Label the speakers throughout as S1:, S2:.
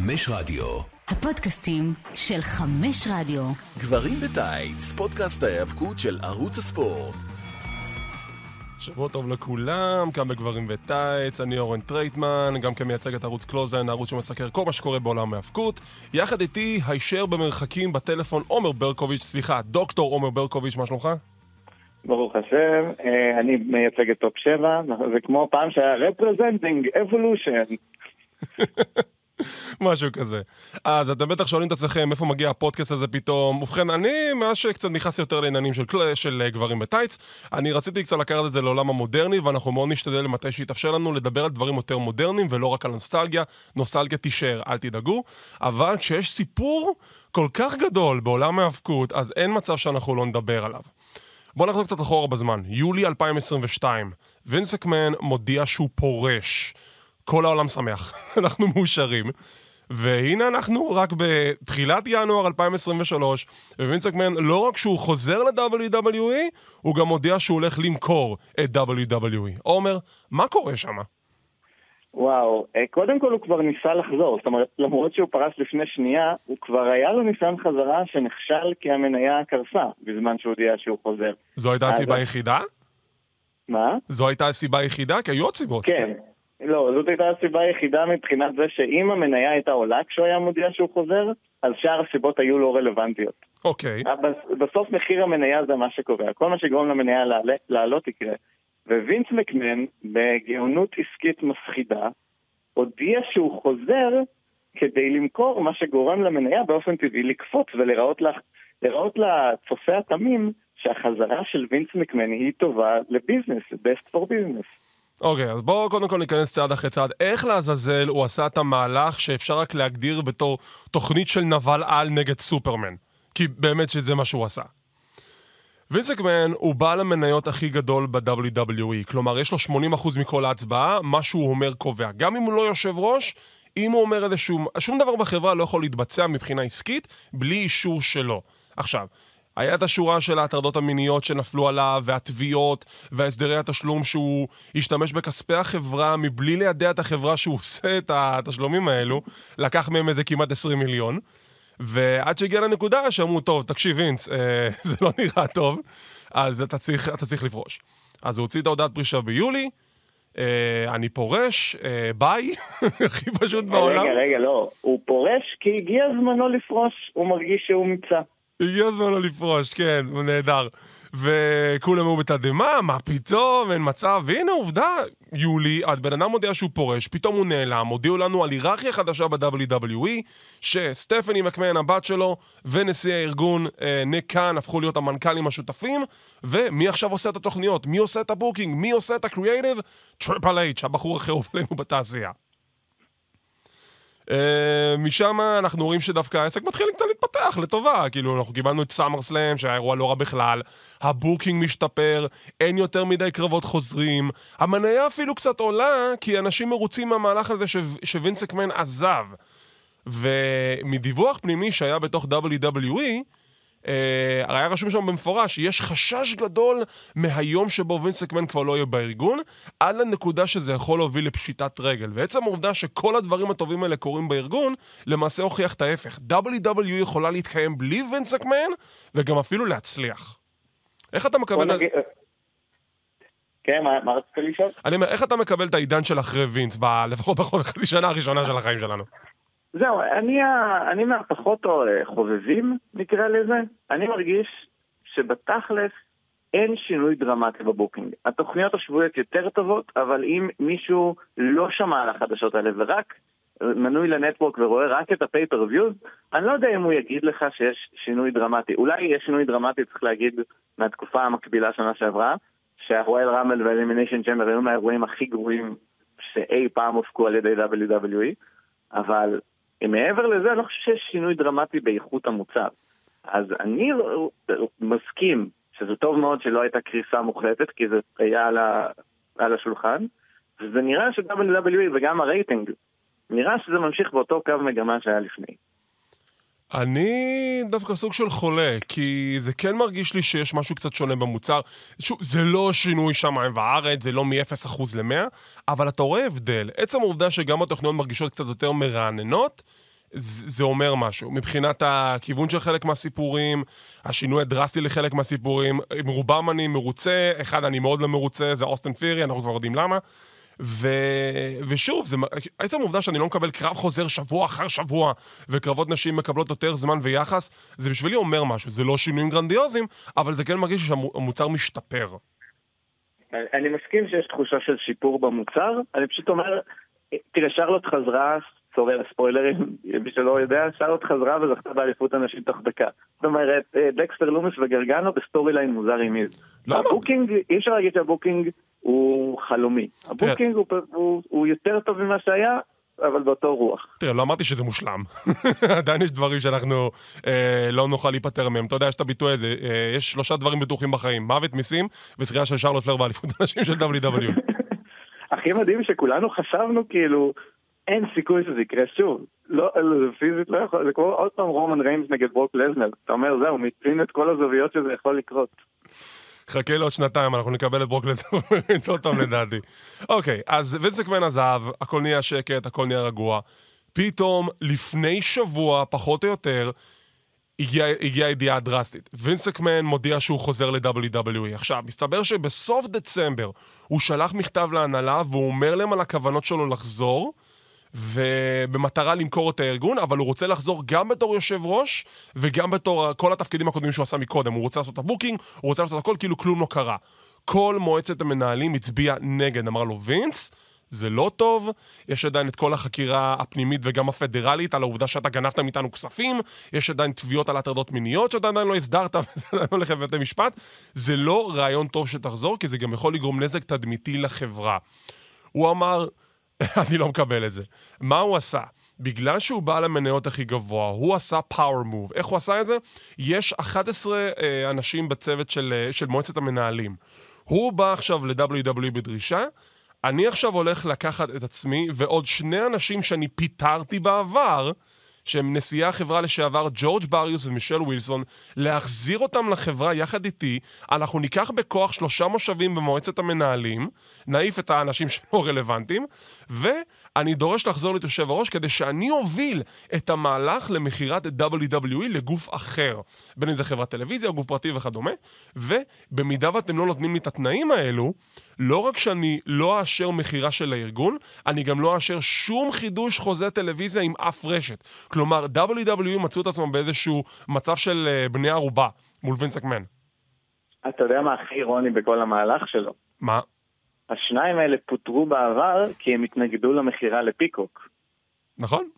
S1: חמש רדיו.
S2: הפודקאסטים של חמש רדיו.
S1: גברים בטייץ, פודקאסט ההיאבקות של ערוץ הספורט.
S3: שבוע טוב לכולם, כאן בגברים בטייץ, אני אורן טרייטמן, גם כמייצג את ערוץ קלוזליין, הערוץ שמסקר כל מה שקורה בעולם ההיאבקות. יחד איתי, הישר במרחקים בטלפון עומר ברקוביץ', דוקטור עומר ברקוביץ', מה שלומך?
S4: ברוך השם, אני מייצג את טופ 7, זה כמו פעם שהיה representing evolution.
S3: משהו כזה. אז אתם בטח שואלים את עצמכם איפה מגיע הפודקאסט הזה פתאום. ובכן, אני מאז שקצת נכנס יותר לעניינים של גברים בטייץ, אני רציתי קצת לקחת את זה לעולם המודרני, ואנחנו מאוד נשתדל למתי שיתאפשר לנו לדבר על דברים יותר מודרניים, ולא רק על נוסטלגיה. נוסטלגיה תישאר, אל תדאגו. אבל כשיש סיפור כל כך גדול בעולם ההיאבקות, אז אין מצב שאנחנו לא נדבר עליו. בואו נחזור קצת אחורה בזמן. יולי 2022. וינס מקמן מודיע שהוא פורש. כל העולם שמח. אנחנו מאושרים. והנה אנחנו רק בתחילת ינואר 2023, ווינס מקמן לא רק שהוא חוזר ל-WWE, הוא גם מודיע שהוא הולך למכור את WWE. עומר, מה קורה שם?
S4: וואו, קודם כל הוא כבר ניסה לחזור, זאת אומרת, למרות שהוא פרש לפני שנייה, הוא כבר היה לו ניסיון חזרה שנכשל כי המניה קרסה, בזמן שהוא הודיע שהוא חוזר.
S3: זו הייתה הסיבה היחידה?
S4: מה?
S3: זו הייתה הסיבה היחידה? כי היו עוד סיבות.
S4: כן. לא, זאת הייתה הסיבה היחידה מבחינת זה שאם המניה הייתה עולה כשהוא היה מודיע שהוא חוזר, אז שאר הסיבות היו לא רלוונטיות.
S3: אוקיי.
S4: בסוף מחיר המניה זה מה שקובע. כל מה שגורם למניה לעלות יקרה. ווינס מקמן, בגאונות עסקית מפחידה, הודיע שהוא חוזר כדי למכור מה שגורם למניה באופן טבעי לקפוץ ולראות לצופה התמים שהחזרה של ווינס מקמן היא טובה לביזנס, best for business.
S3: אוקיי, אז בואו קודם כל ניכנס צעד אחרי צעד. איך לעזאזל הוא עשה את המהלך שאפשר רק להגדיר בתור תוכנית של נבל על נגד סופרמן? כי באמת שזה מה שהוא עשה. וינס מקמן הוא בעל המניות הכי גדול ב-WWE. כלומר, יש לו 80% מכל ההצבעה, מה שהוא אומר קובע. גם אם הוא לא יושב ראש, אם הוא אומר שום דבר בחברה לא יכול להתבצע מבחינה עסקית, בלי אישור שלו. עכשיו, היה את השורה של ההטרדות המיניות שנפלו עליו, והתביעות, והסדרי התשלום שהוא השתמש בכספי החברה, מבלי לידע את החברה שהוא עושה את התשלומים האלו, לקח מהם איזה כמעט 20 מיליון, ועד שהגיע לנקודה שאמרו, טוב, תקשיב וינס, זה לא נראה טוב, אז אתה צריך לפרוש. אז הוא הוציא את ההודעת פרישה ביולי, אני פורש, ביי, הכי פשוט בעולם.
S4: רגע, לא, הוא פורש כי הגיע זמנו לפרוש, הוא מרגיש שהוא מצא.
S3: הגיע זמנו לפרוש, כן, הוא נהדר. וכולם היו בתדהמה, מה פתאום, אין מצב, והנה עובדה, יולי, עד בן אדם מודיע שהוא פורש, פתאום הוא נעלם, הודיעו לנו על היררכיה חדשה ב-WWE, שסטפני מקמן, הבת שלו, ונשיא הארגון ניק קאן, הפכו להיות המנכ"לים השותפים, ומי עכשיו עושה את התוכניות? מי עושה את הבוקינג? מי עושה את הקריאייטיב? טריפל אייץ', הבחור החירוב עלינו בתעשייה. משם אנחנו רואים שדווקא העסק מתחיל קצת להתפתח לטובה, כאילו אנחנו קיבלנו את סאמר סלאם שהאירוע לא רע בכלל, הבוקינג משתפר, אין יותר מדי קרבות חוזרים, המניה אפילו קצת עולה כי אנשים מרוצים מהמהלך הזה שווינס מקמן עזב. ומדיווח פנימי שהיה בתוך WWE, היה רשום שם במפורש, יש חשש גדול מהיום שבו וינס מקמן כבר לא יהיה בארגון, עד לנקודה שזה יכול להוביל לפשיטת רגל. ועצם העובדה שכל הדברים הטובים האלה קורים בארגון, למעשה הוכיח את ההפך. WWE יכולה להתקיים בלי וינס מקמן, וגם אפילו להצליח. איך אתה מקבל...
S4: כן, מה רצית לשאול?
S3: אני אומר, איך אתה מקבל את העידן של אחרי וינס, לפחות בחצי שנה הראשונה של החיים שלנו?
S4: זהו, אני מהפחות חובבים, נקרא לזה. אני מרגיש שבתכלס אין שינוי דרמטי בבוקינג. התוכניות השבועיות יותר טובות, אבל אם מישהו לא שמע על החדשות האלה ורק מנוי לנטוורק ורואה רק את הפייפר-ויוז, אני לא יודע אם הוא יגיד לך שיש שינוי דרמטי. אולי יש שינוי דרמטי, צריך להגיד, מהתקופה המקבילה שנה שעברה, שהרואל רמבל והאלימיניישן צ'מבר היו מהאירועים הכי גרועים שאי פעם הופקו על ידי WWE, אבל מעבר לזה, אני לא חושב שיש שינוי דרמטי באיכות המוצר. אז אני מסכים שזה טוב מאוד שלא הייתה קריסה מוחלטת, כי זה היה על השולחן, וזה נראה ש-WWE וגם הרייטינג, נראה שזה ממשיך באותו קו מגמה שהיה לפני.
S3: אני דווקא סוג של חולה, כי זה כן מרגיש לי שיש משהו קצת שונה במוצר. שוב, זה לא שינוי שמיים וארץ, זה לא מ-0% ל-100, אבל אתה רואה הבדל. עצם העובדה שגם התוכניות מרגישות קצת יותר מרעננות, זה אומר משהו. מבחינת הכיוון של חלק מהסיפורים, השינוי הדרסטי לחלק מהסיפורים, עם רובם אני מרוצה, אחד אני מאוד לא מרוצה, זה אוסטן פירי, אנחנו כבר יודעים למה. ושוב, עצם העובדה שאני לא מקבל קרב חוזר שבוע אחר שבוע, וקרבות נשים מקבלות יותר זמן ויחס, זה בשבילי אומר משהו. זה לא שינויים גרנדיוזיים, אבל זה כן מרגיש שהמוצר משתפר.
S4: אני מסכים שיש תחושה של שיפור במוצר, אני פשוט אומר, תראה, שרלוט חזרה, סורי הספוילרים, מי שלא יודע, שרלוט חזרה וזכתה באליפות הנשים תוך דקה. זאת אומרת, דקסטר לומס וגרגנו בסטורי ליין מוזר עם איז. הבוקינג, אי אפשר להגיד שהבוקינג הוא חלומי. הבוקינג הוא יותר טוב ממה שהיה, אבל באותו רוח.
S3: תראה, לא אמרתי שזה מושלם. עדיין יש דברים שאנחנו לא נוכל להיפטר מהם. אתה יודע, יש את הביטוי הזה, יש 3 דברים בטוחים בחיים, מוות, מיסים, וזכייה של שרלוט פלר באליפות הנשים של WWE.
S4: הכי מדהים שכולנו חשבנו כאילו, אין סיכוי שזה יקרה שוב. לא, פיזית לא יכול, זה כמו עוד פעם רומן ריינס נגד ברוק לזנר. אתה אומר, זהו, מצין את כל הזוויות שזה יכול לקרות.
S3: חכה לעוד 2, אנחנו נקבל את ברוק לזנר ונמצא אותם לדעתי. אוקיי, אז וינס מקמן עזב, הכל נהיה שקט, הכל נהיה רגוע. פתאום, לפני שבוע, פחות או יותר, הגיעה ידיעה דרסטית. וינס מקמן מודיע שהוא חוזר ל-WWE. עכשיו, מסתבר שבסוף דצמבר הוא שלח מכתב להנהלה והוא אומר להם על הכוונות שלו לחזור, ובמטרה למכור את הארגון, אבל הוא רוצה לחזור גם בתור יושב ראש, וגם בתור כל התפקידים הקודמים שהוא עשה מקודם. הוא רוצה לעשות את הבוקינג, הוא רוצה לעשות הכל כאילו כלום לא קרה. כל מועצת המנהלים הצביעה נגד, אמר לו וינס, זה לא טוב, יש עדיין את כל החקירה הפנימית וגם הפדרלית על העובדה שאתה גנבת מאיתנו כספים, יש עדיין תביעות על הטרדות מיניות שאתה עדיין לא הסדרת וזה עדיין הולך לבתי משפט, זה לא רעיון טוב שתחזור, כי זה גם יכול לגרום נזק תדמיתי לחברה. הוא אמר, אני לא מקבל את זה. מה הוא עשה? בגלל שהוא בא למניות הכי גבוה, הוא עשה power move. איך הוא עשה את זה? יש 11 אנשים בצוות של מועצת המנהלים. הוא בא עכשיו ל-WWE בדרישה, אני עכשיו הולך לקחת את עצמי, ועוד 2 אנשים שאני פיטרתי בעבר, שהם נשיאי החברה לשעבר, ג'ורג' בריוס ומישל ווילסון, להחזיר אותם לחברה יחד איתי, אנחנו ניקח בכוח 3 מושבים במועצת המנהלים, נעיף את האנשים שלא רלוונטיים, ואני דורש לחזור ליושב הראש, כדי שאני אוביל את המהלך למחירת WWE לגוף אחר, בין אם זה חברת טלוויזיה או גוף פרטי וכדומה, ובמידה ואתם לא נותנים לי את התנאים האלו, לא רק שאני לא אאשר מחירה של הארגון, אני גם לא אאשר שום חידוש חוזה טלוויזיה עם אף רשת. כלומר, WWE מצאו את עצמם באיזשהו מצב של בני ערובה מול וינס מקמן.
S4: אתה יודע מה הכי אירוני בכל המהלך שלו?
S3: מה?
S4: 2 האלה פוטרו בעבר כי הם התנגדו למחירה לפיקוק.
S3: נכון.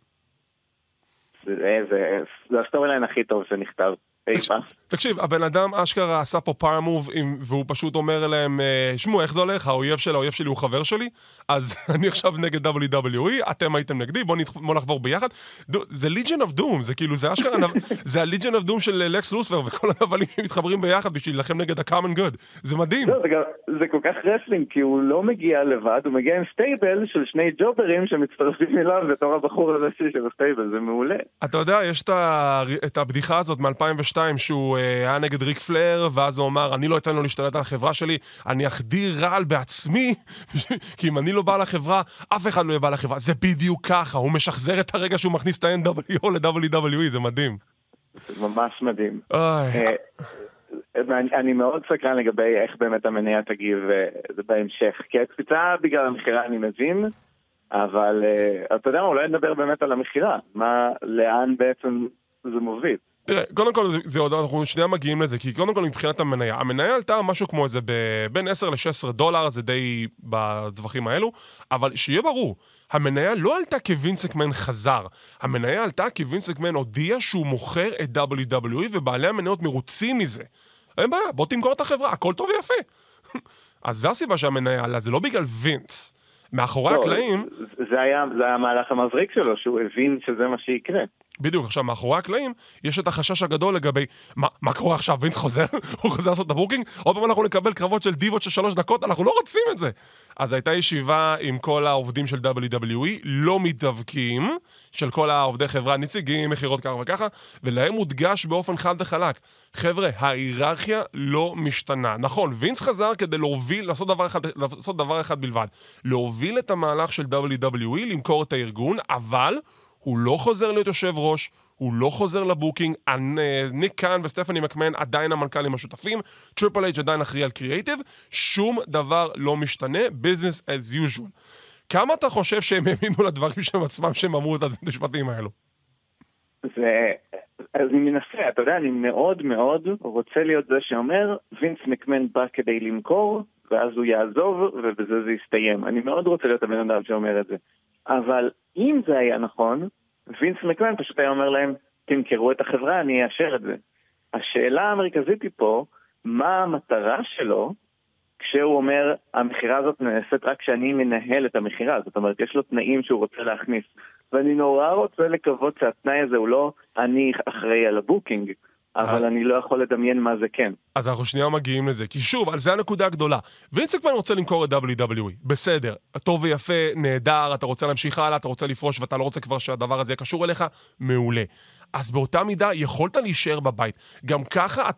S4: זה הסטורי-ליין הכי טוב שנכתב.
S3: תקשיב, הבן אדם אשכרה עשה פה פאר מוב, והוא פשוט אומר להם, שמעו, איך זה הולך? האויב שלי הוא חבר שלי, אז אני עכשיו נגד WWE, אתם הייתם נגדי, בוא נחבור ביחד. זה Legion of Doom, זה כאילו, זה אשכרה, זה ה-Legion of Doom של לקס לוספר, וכל הנבלים שמתחברים ביחד בשביל להילחם נגד ה-Common Good. זה מדהים.
S4: זה כל כך רסלינג, כי הוא לא מגיע לבד, הוא מגיע עם סטייבל של 2 ג'וברים שמצטרפים אליו בתור הבחור הזה של הסטייבל, זה מעולה.
S3: אתה יודע, יש את הבדיחה הזאת מ-2002, שהוא היה נגד ריק פלר, ואז הוא אמר, אני לא אתן לו להשתלט על החברה שלי, אני אחדיר רעל בעצמי, כי אם אני לא בא לחברה, אף אחד לא יהיה בא לחברה. זה בדיוק ככה, הוא משחזר את הרגע שהוא מכניס את ה-NWO ל-WWE, זה מדהים.
S4: זה ממש מדהים. אני מאוד סקרן לגבי איך באמת המניה תגיב בהמשך, כי הקפיצה בגלל המחירה אני מבין, אבל אתה יודע מה, אולי נדבר באמת על המחירה, לאן בעצם זה מוביל.
S3: תראה, קודם כל, אנחנו שנייה מגיעים לזה, כי קודם כל מבחינת המניה עלתה משהו כמו איזה בין 10 ל-16 $, זה די בדווחים האלו, אבל שיהיה ברור, המניה לא עלתה כי וינס מקמן חזר, המניה עלתה כי וינס מקמן הודיע שהוא מוכר את WWE, ובעלי המניות מרוצים מזה. אין בעיה, בוא תמכור את החברה, הכל טוב ויפה. אז זו הסיבה שהמניה עלה, זה לא בגלל וינס. מאחורי הקלעים...
S4: זה היה המהלך המבריק שלו, שהוא הבין שזה מה שיקרה.
S3: בדיוק, עכשיו, מאחורי הקלעים, יש את החשש הגדול לגבי, מה קורה עכשיו, וינס חוזר? הוא חוזר לעשות את הבוקינג? עוד פעם אנחנו נקבל קרבות של דיבות של 3 דקות, אנחנו לא רוצים את זה. אז הייתה ישיבה עם כל העובדים של WWE, לא מתדבקים, של כל העובדי חברה, נציגים, מחירות ככה וככה, ולהם מודגש באופן חד וחלק. חבר'ה, ההיררכיה לא משתנה. נכון, וינס חזר כדי להוביל, לעשות דבר אחד בלבד. להוביל את המהלך של WWE, למכור את הארגון, אבל הוא לא חוזר להיות יושב ראש, הוא לא חוזר לבוקינג, ניק קאן וסטפני מקמן עדיין המנכ"לים השותפים, טריפל אייג' עדיין אחראי על קריאייטיב, שום דבר לא משתנה, business as usual. כמה אתה חושב שהם האמינו לדברים שהם עצמם שהם אמרו את המשפטים האלו?
S4: אז אני מנסה, אתה יודע, אני מאוד מאוד רוצה להיות זה שאומר, וינס מקמן בא כדי למכור, ואז הוא יעזוב, ובזה זה יסתיים. אני מאוד רוצה להיות הבן אדם שאומר את זה. אבל אם זה היה נכון, וינס מקמן פשוט היה אומר להם, תמכרו את החברה, אני אאשר את זה. השאלה המרכזית היא פה, מה המטרה שלו, כשהוא אומר, המחירה הזאת נעשית רק כשאני מנהל את המחירה, זאת אומרת, יש לו תנאים שהוא רוצה להכניס. ואני נורא רוצה לקוות שהתנאי הזה הוא לא, אני אחראי על הבוקינג, אבל אני לא יכול לדמיין מה זה כן.
S3: אז אנחנו שנייה מגיעים לזה, כי שוב, על זה הנקודה הגדולה. וינס מקמן רוצה למכור את WWE, בסדר, טוב ויפה, נהדר, אתה רוצה להמשיך הלאה, אתה רוצה לפרוש ואתה לא רוצה כבר שהדבר הזה קשור אליך, מעולה. אז באותה מידה יכולת להישאר בבית. גם ככה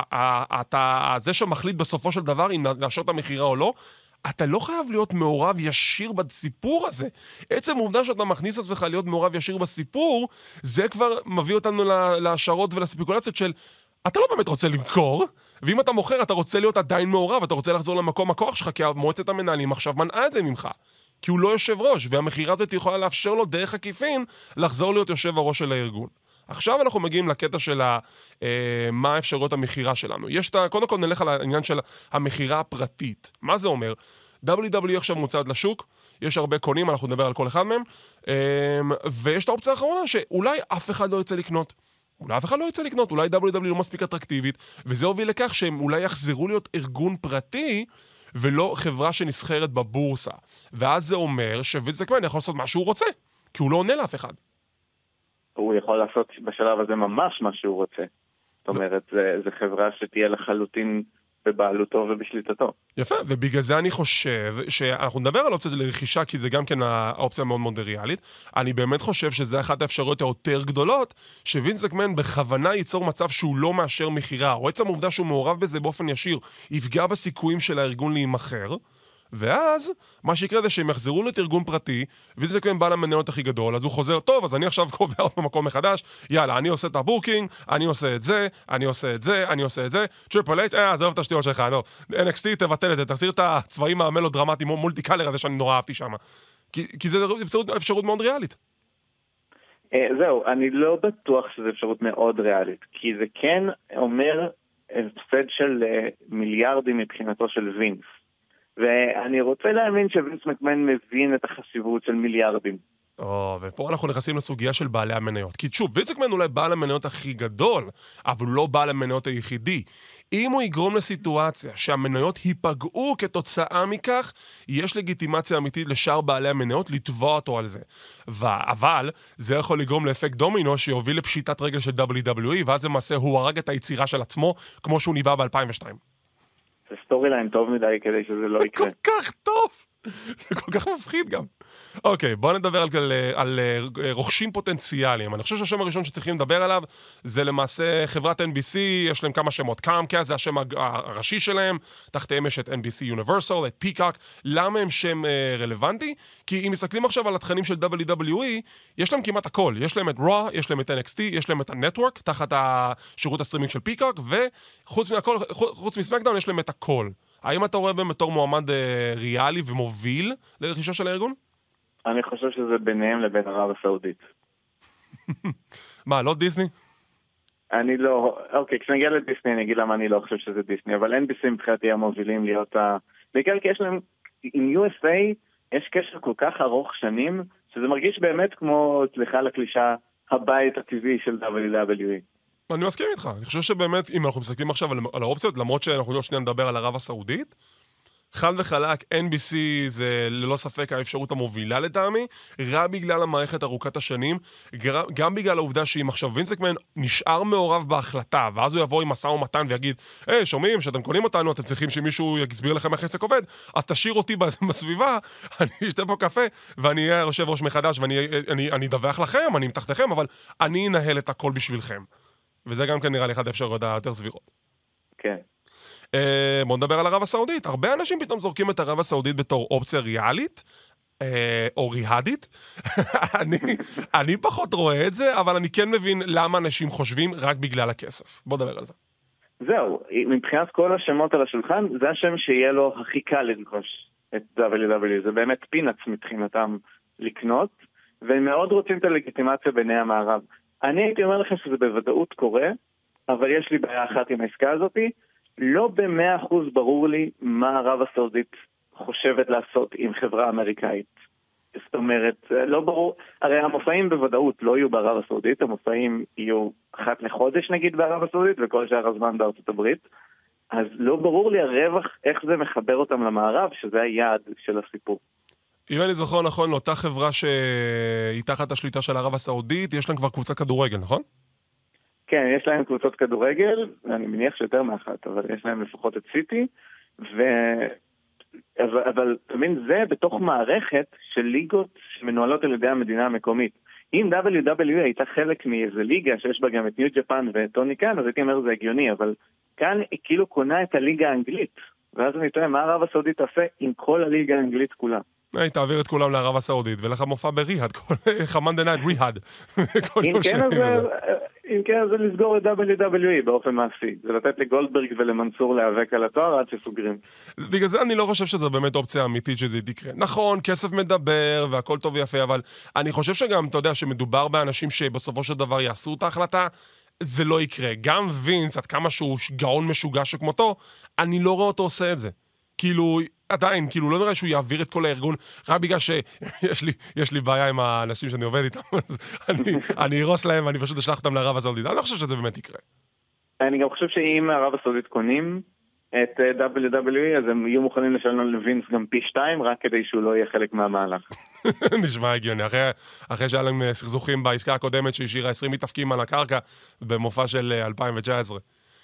S3: אתה זה שמחליט בסופו של דבר אם לאשר את המחירה או לא, אתה לא חייב להיות מעורב ישיר בסיפור הזה. עצם העובדה שאתה מכניס עצמך להיות מעורב ישיר בסיפור, זה כבר מביא אותנו להשערות ולספקולציות של אתה לא באמת רוצה למכור, ואם אתה מוכר אתה רוצה להיות עדיין מעורב, אתה רוצה לחזור למקום הכוח שלך, כי מועצת המנהלים עכשיו מנעה את זה ממך. כי הוא לא יושב ראש, והמחירה הזאת יכולה לאפשר לו דרך עקיפין לחזור להיות יושב הראש של הארגון. עכשיו אנחנו מגיעים לקטע של מה האפשרויות המחירה שלנו. קודם כל נלך על העניין של המחירה הפרטית. מה זה אומר? WWE עכשיו מוצעת לשוק, יש הרבה קונים, אנחנו נדבר על כל אחד מהם, ויש את האופציה האחרונה שאולי אף אחד לא יצא לקנות. אולי WWE לא מספיק אטרקטיבית, וזה הוביל לכך שהם אולי יחזרו להיות ארגון פרטי, ולא חברה שנסחרת בבורסה. ואז זה אומר שווינס מקמן יכול לעשות מה שהוא רוצה, כי הוא לא עונה לאף אחד.
S4: הוא יכול לעשות בשלב הזה ממש מה שהוא רוצה. זאת אומרת, זה חברה שתהיה לחלוטין בבעלותו ובשליטתו. יפה,
S3: ובגלל זה אני חושב שאנחנו נדבר על אופציה לרכישה, כי זה גם כן האופציה מאוד מאוד ריאלית. אני באמת חושב שזה אחת האפשרויות היותר גדולות, שווינס מקמן בכוונה ייצור מצב שהוא לא מאשר מחירה, או עצם העובדה שהוא מעורב בזה באופן ישיר, יפגע בסיכויים של הארגון להימחר, ואז, מה שיקרה זה שהם יחזרו להיות ארגון פרטי, וינס מקמן בא למניות הכי גדול, אז הוא חוזר, טוב, אז אני עכשיו קובע עוד במקום מחדש, יאללה, אני עושה את הבוקינג, אני עושה את זה, טריפל אייג', עזוב את השטויות שלך, לא, NXT תבטל את זה, תחזיר את הצבעים המלודרמטיים, מולטי קלר הזה שאני נורא אהבתי שם, כי זה אפשרות מאוד ריאלית.
S4: זהו, אני לא בטוח שזו אפשרות מאוד ריאלית, כי זה כן אומר הפסד של מיליארדים מבחינתו של וינס. ואני רוצה להאמין שווינס מקמן מבין את החשיבות של מיליארדים.
S3: ופה אנחנו נכנסים לסוגיה של בעלי המניות. כי שוב, וינס מקמן אולי בעל המניות הכי גדול, אבל הוא לא בעל המניות היחידי. אם הוא יגרום לסיטואציה שהמניות ייפגעו כתוצאה מכך, יש לגיטימציה אמיתית לשאר בעלי המניות לתבוע אותו על זה. אבל זה יכול לגרום לאפקט דומינו שיוביל לפשיטת רגל של WWE, ואז למעשה הוא הרג את היצירה של עצמו, כמו שהוא ניבא ב-2002.
S4: זה סטורי ליין טוב מדי כדי שזה לא יקרה.
S3: זה כל כך טוב! זה כל כך מפחיד גם. אוקיי, בואו נדבר על רוכשים פוטנציאליים. אני חושב שהשם הראשון שצריכים לדבר עליו זה למעשה חברת NBC, יש להם כמה שמות. קאמקאסט זה השם הראשי שלהם, תחתיהם יש את NBC Universal, את Peacock. למה הם שם רלוונטי? כי אם מסתכלים עכשיו על התכנים של WWE, יש להם כמעט הכל. יש להם את Raw, יש להם את NXT, יש להם את הנטוורק, תחת השירות הסטרימינג של Peacock, וחוץ מסמקדאון יש להם את הכל. האם אתה רואה בהם בתור מועמד ריאלי ומוביל לרכישה של הארגון?
S4: אני חושב שזה ביניהם לבין ערב הסעודית.
S3: מה, לא דיסני?
S4: אני לא, אוקיי, כשנגיע לדיסני אני אגיד למה אני לא חושב שזה דיסני, אבל NBC מבחינתי המובילים להיות בעיקר כי יש להם, עם USA יש קשר כל כך ארוך שנים, שזה מרגיש באמת כמו, סליחה לקלישה, הבית הטבעי של WWE.
S3: אני מסכים איתך, אני חושב שבאמת, אם אנחנו מסתכלים עכשיו על האופציות, למרות שאנחנו לא שנייה נדבר על ערב הסעודית, חד וחלק, NBC זה ללא ספק האפשרות המובילה לטעמי, רק בגלל המערכת ארוכת השנים, גם בגלל העובדה שאם עכשיו וינס מקמן נשאר מעורב בהחלטה, ואז הוא יבוא עם משא ומתן ויגיד, שומעים, שאתם קונים אותנו, אתם צריכים שמישהו יסביר לכם איך עסק עובד, אז תשאיר אותי בסביבה, אני אשתה פה קפה, ואני אהיה יושב ראש מחדש, ואני אדווח לכם, אני מתחתכם, אבל אני אנהל את הכל בשבילכם. וזה גם כן נראה לי אחד האפשרויות היותר סבירות.
S4: כן.
S3: בואו נדבר על ערב הסעודית. הרבה אנשים פתאום זורקים את ערב הסעודית בתור אופציה ריאלית. או ריהדית. אני פחות רואה את זה, אבל אני כן מבין למה אנשים חושבים רק בגלל הכסף. בוא נדבר על זה.
S4: זהו, מבחינת כל השמות על השולחן, זה השם שיהיה לו הכי קל לרכוש את WWE. זה באמת פינאץ מבחינתם לקנות, והם מאוד רוצים את הלגיטימציה בעיני המערב. אני הייתי אומר לכם שזה בוודאות קורה, אבל יש לי בעיה אחת עם העסקה הזאת, לא ב100% ברור לי מה ערב הסעודית חושבת לעשות עם חברה אמריקאית. זאת אומרת, לא ברור, הרי המופעים בוודאות לא יהיו בערב הסעודית, המופעים יהיו אחת לחודש נגיד בערב הסעודית, וכל שאר הזמן בארצות הברית, אז לא ברור לי הרווח, איך זה מחבר אותם למערב, שזה היעד של הסיפור.
S3: אם אני זוכר נכון, לאותה חברה שהיא תחת השליטה של ערב הסעודית, יש להם כבר קבוצה כדורגל, נכון?
S4: כן, יש להם קבוצות כדורגל, אני מניח שיותר מאחת, אבל יש להם לפחות את סיטי, אבל תמיד זה בתוך מערכת של ליגות שמנוהלות על ידי המדינה המקומית. אם WWE הייתה חלק מאיזה ליגה שיש בה גם את ניו ג'פן וטוני קאן, אז הייתי אומר זה הגיוני, אבל כאן היא כאילו קונה את הליגה האנגלית, ואז אני טועה, מה ערב הסעודית תעשה עם כל הליגה האנגלית כולה?
S3: תעביר את כולם לערב הסעודית, ולך מופע בריהד, חמנדה נייט ריהד.
S4: אם כן, זה לסגור את WWE באופן מעשי. זה לתת לגולדברג ולמנסור להיאבק על התואר עד שסוגרים.
S3: בגלל זה אני לא חושב שזו באמת אופציה אמיתית שזה יקרה. נכון, כסף מדבר והכל טוב ויפה, אבל אני חושב שגם, אתה יודע, שמדובר באנשים שבסופו של דבר יעשו את ההחלטה, זה לא יקרה. גם וינס, עד כמה שהוא גאון משוגע שכמותו, אני לא רואה אותו עושה את זה. כאילו, עדיין, כאילו, לא נראה שהוא יעביר את כל הארגון, רק בגלל שיש לי בעיה עם האנשים שאני עובד איתם, אז אני ארוס להם ואני פשוט אשלח אותם לערב הסעודית. אני לא חושב שזה באמת יקרה.
S4: אני גם חושב שאם הערב הסעודית קונים את WWE, אז הם יהיו מוכנים לשלם לווינס גם פי 2, רק כדי שהוא לא יהיה חלק מהמהלך.
S3: נשמע הגיוני. אחרי שהיה להם סכסוכים בעסקה הקודמת, שהשאירה 20 מתאפקים על הקרקע, במופע של 2019.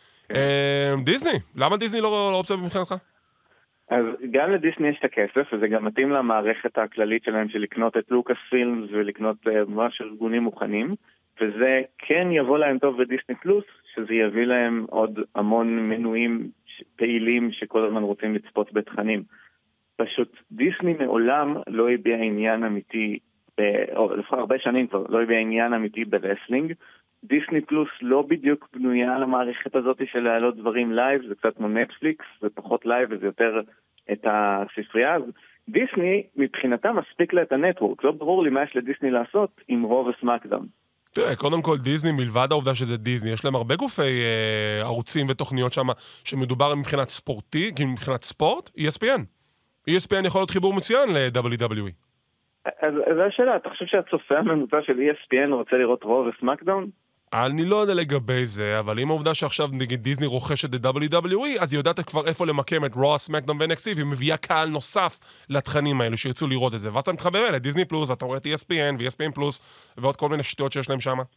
S3: דיסני, למה דיסני לא אופציה מבחינתך?
S4: אז גם לדיסני יש את הכסף, וזה גם מתאים למערכת הכללית שלהם של לקנות את לוקאס פילמס ולקנות ממש ארגונים מוכנים, וזה כן יבוא להם טוב בדיסני פלוס, שזה יביא להם עוד המון מנויים פעילים שכל הזמן רוצים לצפות בתכנים. פשוט דיסני מעולם לא הביע עניין אמיתי, או לפחות הרבה שנים כבר, לא הביע עניין אמיתי ברסלינג. דיסני פלוס לא בדיוק בנויה על המערכת הזאת של להעלות דברים לייב, זה קצת כמו נטפליקס, זה פחות לייב וזה יותר את הספרייה. אז דיסני מבחינתה מספיק לה את הנטוורק, לא ברור לי מה יש לדיסני לעשות עם רוב הסמאקדאון.
S3: תראה, קודם כל דיסני, מלבד העובדה שזה דיסני, יש להם הרבה גופי ערוצים ותוכניות שם, שמדובר מבחינת ספורטי, כי מבחינת ספורט, ESPN. ESPN יכול להיות חיבור מצוין ל-WWE.
S4: אז זו השאלה, אתה חושב שהצופה הממוצע של ESPN רוצה לראות רוב וסמאקדאון?
S3: אני לא יודע לגבי זה, אבל אם העובדה שעכשיו נגיד דיסני רוכשת את WWE, אז היא יודעת כבר איפה למקם את רוע, סמאקדאון ו-NXT, והיא מביאה קהל נוסף לתכנים האלו שירצו לראות את זה. ואז אתה מתחבר אלה, דיסני פלוס, ואתה רואה את ESPN ו-ESPN פלוס, ועוד כל מיני שטויות שיש להם שם.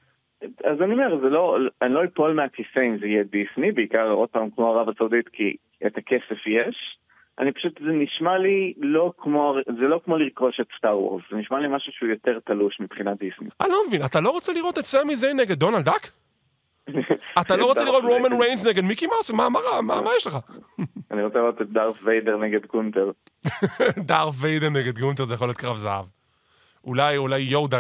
S4: אז אני אומר, אני לא אפול מהכיסא אם זה יהיה דיסני, בעיקר עוד פעם כמו ערב הסעודית, כי את הכסף יש. אני פשוט, זה נשמע לי זה לא כמו לרכוש את סטאר וורס, זה נשמע לי משהו שהוא יותר תלוש מבחינת דיסני.
S3: אני לא מבין, אתה לא רוצה לראות את סמי זיין נגד דונלד דאק? אתה לא רוצה לראות רומן ריינס נגד מיקי מאוס? מה יש לך?
S4: אני רוצה לראות את דארף ויידר נגד גונטר.
S3: דארף ויידר נגד גונטר זה יכול להיות קרב זהב. אולי יודה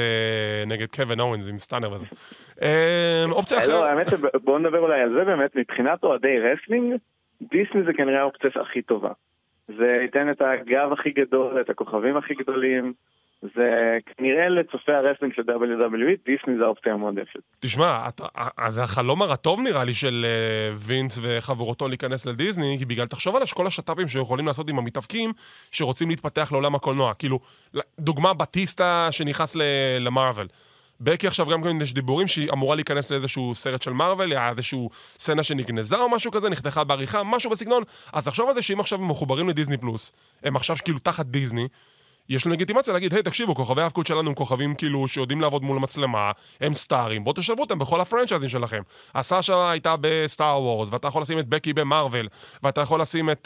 S3: נגד קווין אורנס עם סטאנר וזה. אופציה אחרת.
S4: לא, האמת שבואו נדבר אולי על זה באמת, מבחינת אוהדי רסלינג, דיסני זה כנראה האופציה הכי טובה. זה ייתן את הגב הכי גדול, את הכוכבים הכי גדולים. זה כנראה לצופי הרסלינג של WWE, דיסני זה האופציה המועדפת.
S3: תשמע, אז החלום הרטוב נראה לי של וינס וחבורתו להיכנס לדיסני, כי בגלל תחשוב על כל השטאפים שיכולים לעשות עם המתאבקים, שרוצים להתפתח לעולם הקולנוע. כאילו, דוגמה בטיסטה שנכנס למרוול. בקי עכשיו גם כאן יש דיבורים שהיא אמורה להיכנס לאיזשהו סרט של מרוול, היה איזשהו סצנה שנגנזה או משהו כזה, נחתכה בעריכה, משהו בסגנון. אז תחשוב על זה שאם עכשיו הם מחוברים לדיסני פלוס, הם עכשיו כאילו תחת דיסני, יש להם לגיטימציה להגיד, היי, תקשיבו, כוכבי ההפקות שלנו הם כוכבים כאילו שיודעים לעבוד מול המצלמה, הם סטארים, בואו תשלבו אותם בכל הפרנצ'ייזים שלכם. הסאשה הייתה בסטאר וורס, ואתה יכול לשים את בקי במרוול, ואתה יכול לשים את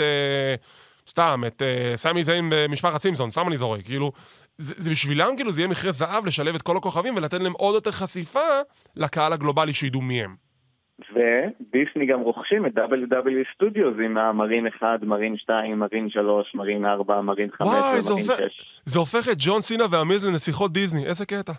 S3: סמי זיין במשפחת סימפסון, סתם אני זורק, כאילו, זה בשבילם כאילו זה יהיה מכרה זהב לשלב את כל הכוכבים ולתת להם עוד יותר חשיפה לקהל הגלובלי שידעו מי הם.
S4: ודיסני גם רוכשים את WWE Studios עם המרין 1, מרין 2, מרין 3, מרין 4, מרין 5 ומרין 6.
S3: זה הופך את ג'ון סינה והמיז לנסיכות דיסני, איזה קטע.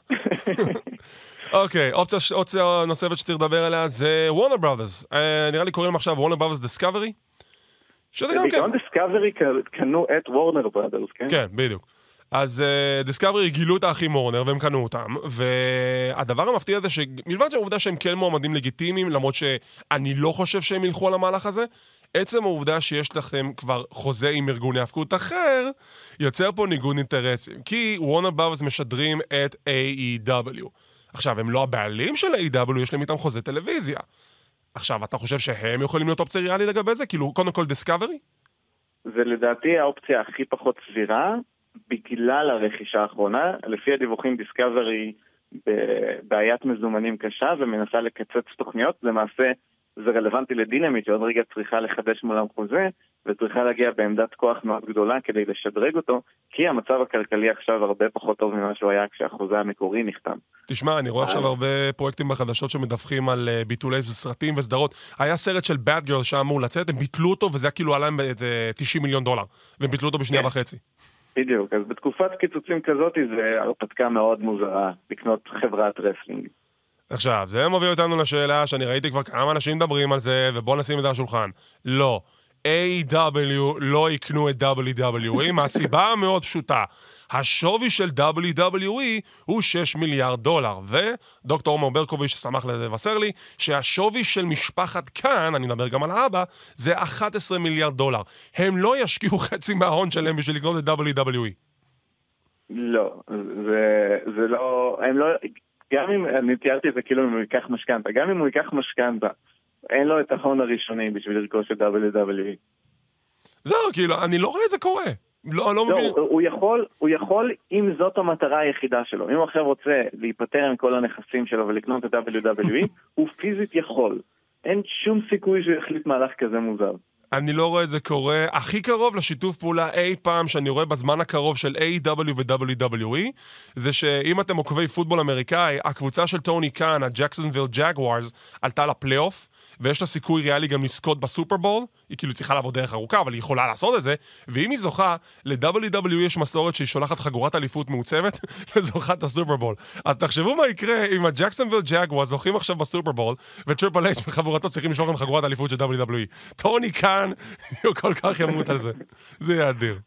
S3: אוקיי, אופציה נוספת שצריך לדבר עליה זה וורנר בראדרס. נראה לי קוראים עכשיו וורנר בראדרס דיסקאברי. שזה גם כן.
S4: דיסקאברי קנו את וורנר בראדרס, כן?
S3: כן, בדיוק. אז דיסקאברי גילו את האחים וורנר והם קנו אותם, והדבר המפתיע זה שמלבד שהעובדה שהם כן מועמדים לגיטימיים, למרות שאני לא חושב שהם ילכו על המהלך הזה, עצם העובדה שיש לכם כבר חוזה עם ארגוני הפקות אחר, יוצר פה ניגוד אינטרסים, כי וורנר בראדרס משדרים את AEW. עכשיו, הם לא הבעלים של AEW, יש להם איתם חוזה טלוויזיה. עכשיו, אתה חושב שהם יכולים להיות אופציה ריאלי לגבי זה? כאילו, קודם כל דיסקאברי?
S4: זה לדעתי האופציה הכי פחות סבירה, בגלל הרכישה האחרונה. לפי הדיווחים דיסקאברי בבעיית מזומנים קשה ומנסה לקצץ תוכניות. למעשה זה רלוונטי לדינמיט שעוד רגע צריכה לחדש מולם חוזה וצריכה להגיע בעמדת כוח מאוד גדולה כדי לשדרג אותו, כי המצב הכלכלי עכשיו הרבה פחות טוב ממה שהוא היה כשהחוזה המקורי נחתם.
S3: תשמע, אני רואה עכשיו הרבה פרויקטים בחדשות שמדווחים על ביטולי סרטים וסדרות. היה סרט של Bad Girl שאמור לצאת, הם ביטלו אותו וזה היה כאילו עלה להם $90 מיליון, והם ביטלו אותו בשנייה וחצי.
S4: בדיוק, אז בתקופת קיצוצים כזאת זה הרפתקה מאוד מוזרה לקנות חברת רסלינג.
S3: עכשיו, זה מביא אותנו לשאלה שאני ראיתי כבר כמה אנשים מדברים על זה, ובואו נשים את זה על השולחן. לא, AEW לא יקנו את WWE, מהסיבה המאוד פשוטה. השווי של WWE הוא $6 מיליארד, ודוקטור עומר ברקוביץ' שמח לבשר לי שהשווי של משפחת כאן, אני מדבר גם על האבא, זה $11 מיליארד. הם לא ישקיעו חצי מההון שלהם בשביל לקנות את WWE.
S4: לא, זה לא, הם לא, גם אם, אני תיארתי את זה כאילו אם הוא ייקח משכנתה, גם אם הוא ייקח משכנתה, אין לו את ההון הראשוני בשביל לרכוש את WWE.
S3: זהו, כאילו, אני לא רואה את זה קורה. לא מבין.
S4: הוא יכול, אם זאת המטרה היחידה שלו. אם הוא עכשיו רוצה להיפטר עם כל הנכסים שלו ולקנות את WWE, הוא פיזית יכול. אין שום סיכוי שהוא יחליט מהלך כזה מוזר.
S3: אני לא רואה את זה קורה. הכי קרוב לשיתוף פעולה אי פעם שאני רואה בזמן הקרוב של AEW ו-WWE, זה שאם אתם עוקבי פוטבול אמריקאי, הקבוצה של טוני קאן, הג'קסונוויל ג'גוארס, עלתה לפלייאוף, ויש לה סיכוי ריאלי גם לזכות בסופרבול. היא כאילו צריכה לעבוד דרך ארוכה, אבל היא יכולה לעשות את זה. ואם היא זוכה, ל-WWE יש מסורת שהיא שולחת חגורת אליפות מעוצבת, וזוכה את הסופרבול. אז תחשבו מה יקרה אם הג'קסונוויל ג'גוארס זוכים עכשיו בסופרבול, וטריפל אייץ' וחבורתו צריכים לשלוח עם חגורת אליפות של WWE. טוני קאן, הוא כל כך ימות על זה. זה יהיה אדיר.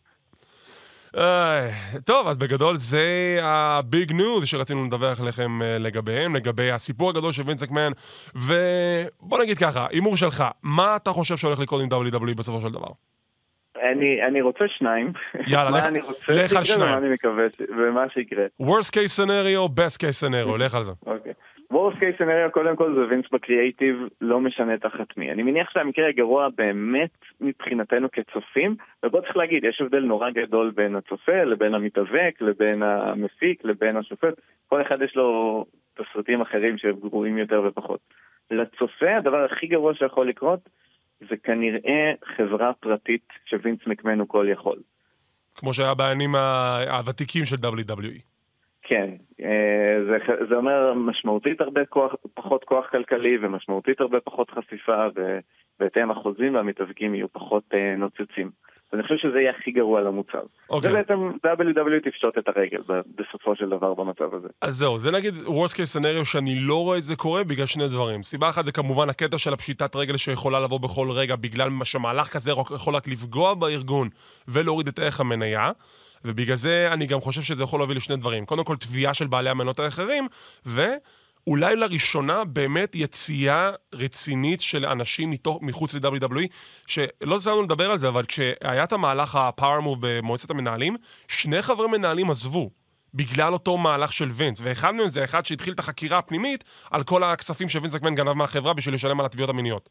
S3: טוב, אז בגדול זה הביג ניוז שרצינו לדווח לכם לגביהם, לגבי הסיפור הגדול של וינס מקמן, ובוא נגיד ככה, אימור שלך, מה אתה חושב שהולך לקרות עם WWE בסופו של דבר?
S4: אני רוצה שניים.
S3: יאללה, לך על שניים.
S4: מה אני מקווה ומה שיקרה.
S3: Worst case scenario, best case scenario, לך על זה.
S4: אוקיי. Worst case scenario, קודם כל זה וינס בקריאייטיב לא משנה תחת מי. אני מניח שהמקרה הגרוע באמת מבחינתנו כצופים, ובוא צריך להגיד, יש הבדל נורא גדול בין הצופה, לבין המתאבק, לבין המפיק, לבין השופט. כל אחד יש לו תסריטים אחרים שהם גרועים יותר ופחות. לצופה, הדבר הכי גרוע שיכול לקרות, זה כנראה חברה פרטית שווינס מקמן הוא כל יכול.
S3: כמו שהיה בעניינים הוותיקים של WWE.
S4: כן, זה אומר משמעותית הרבה פחות כוח כלכלי ומשמעותית הרבה פחות חשיפה ובהתאם החוזים והמתאבקים יהיו פחות נוצצים. ואני חושב שזה יהיה הכי גרוע למוצר. זה בעצם WWE תפשוט את הרגל בסופו של דבר במצב הזה.
S3: אז זהו, זה נגיד worst case scenario שאני לא רואה את זה קורה בגלל שני דברים. סיבה אחת זה כמובן הקטע של הפשיטת רגל שיכולה לבוא בכל רגע בגלל שמהלך כזה יכול רק לפגוע בארגון ולהוריד את ערך המניה. ובגלל זה אני גם חושב שזה יכול להוביל לשני דברים. קודם כל, תביעה של בעלי המנות האחרים, ואולי לראשונה באמת יציאה רצינית של אנשים מחוץ ל-WWE, שלא זכרנו לדבר על זה, אבל כשהיה את המהלך ה-Power Move במועצת המנהלים, 2 חברי מנהלים עזבו, בגלל אותו מהלך של וינס, ואחד מהם זה אחד שהתחיל את החקירה הפנימית על כל הכספים שווינס מקמן גנב מהחברה בשביל לשלם על התביעות המיניות.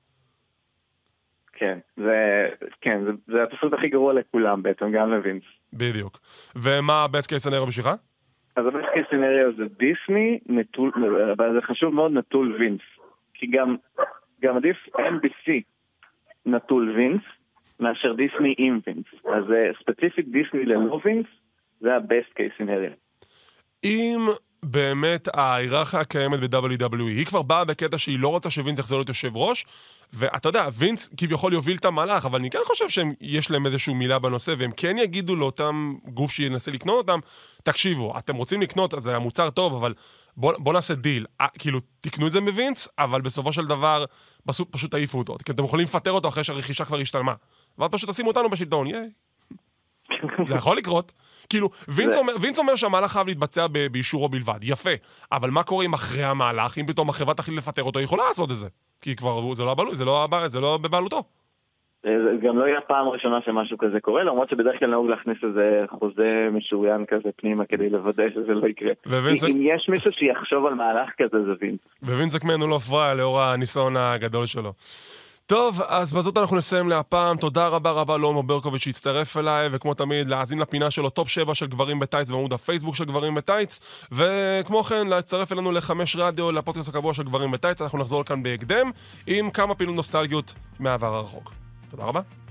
S4: כן, זה התסריט הכי גרוע לכולם בעצם, גם לווינס.
S3: בדיוק. ומה ה-best case scenario בשבילך?
S4: אז ה-best case scenario זה דיסני, אבל זה חשוב מאוד נטול וינס. כי גם עדיף NBC נטול וינס, מאשר דיסני עם וינס. אז ספציפית דיסני ללא וינס, זה ה-best case scenario.
S3: אם באמת ההיררכיה הקיימת ב-WWE. היא כבר באה בקטע שהיא לא רוצה שווינס יחזור להיות יושב ראש, ואתה יודע, וינס כביכול יוביל את המהלך, אבל אני כן חושב שיש להם איזושהי מילה בנושא, והם כן יגידו לאותם גוף שינסה לקנות אותם, תקשיבו, אתם רוצים לקנות, אז זה המוצר טוב, אבל בוא נעשה דיל. כאילו, תקנו את זה מווינס, אבל בסופו של דבר, פשוט תעיפו אותו. כי אתם יכולים לפטר אותו אחרי שהרכישה כבר השתלמה. ואז פשוט תשימו אותנו בשלטון, ייי. זה יכול לקרות. כאילו, וינס אומר שהמהלך חייב להתבצע באישורו בלבד, יפה. אבל מה קורה אם אחרי המהלך, אם פתאום החברה תחליט לפטר אותו, היא יכולה לעשות את זה. כי כבר זה לא בבעלותו.
S4: זה גם לא יהיה פעם ראשונה שמשהו כזה קורה, למרות שבדרך כלל נהוג להכניס איזה חוזה משוריין כזה פנימה כדי לוודא שזה לא יקרה. אם יש מישהו שיחשוב על מהלך כזה, זה וינס.
S3: ווינס זקמן הוא לא פראייר לאור הניסיון הגדול שלו. טוב, אז בזאת אנחנו נסיים להפעם. תודה רבה לעומר ברקוביץ' שהצטרף אליי, וכמו תמיד, להאזין לפינה שלו טופ 7 של גברים בטייץ בעמוד הפייסבוק של גברים בטייץ, וכמו כן, להצטרף אלינו ל5 רדיו, לפודקאסט הקבוע של גברים בטייץ. אנחנו נחזור כאן בהקדם עם כמה פעילות נוסטלגיות מהעבר הרחוק. תודה רבה.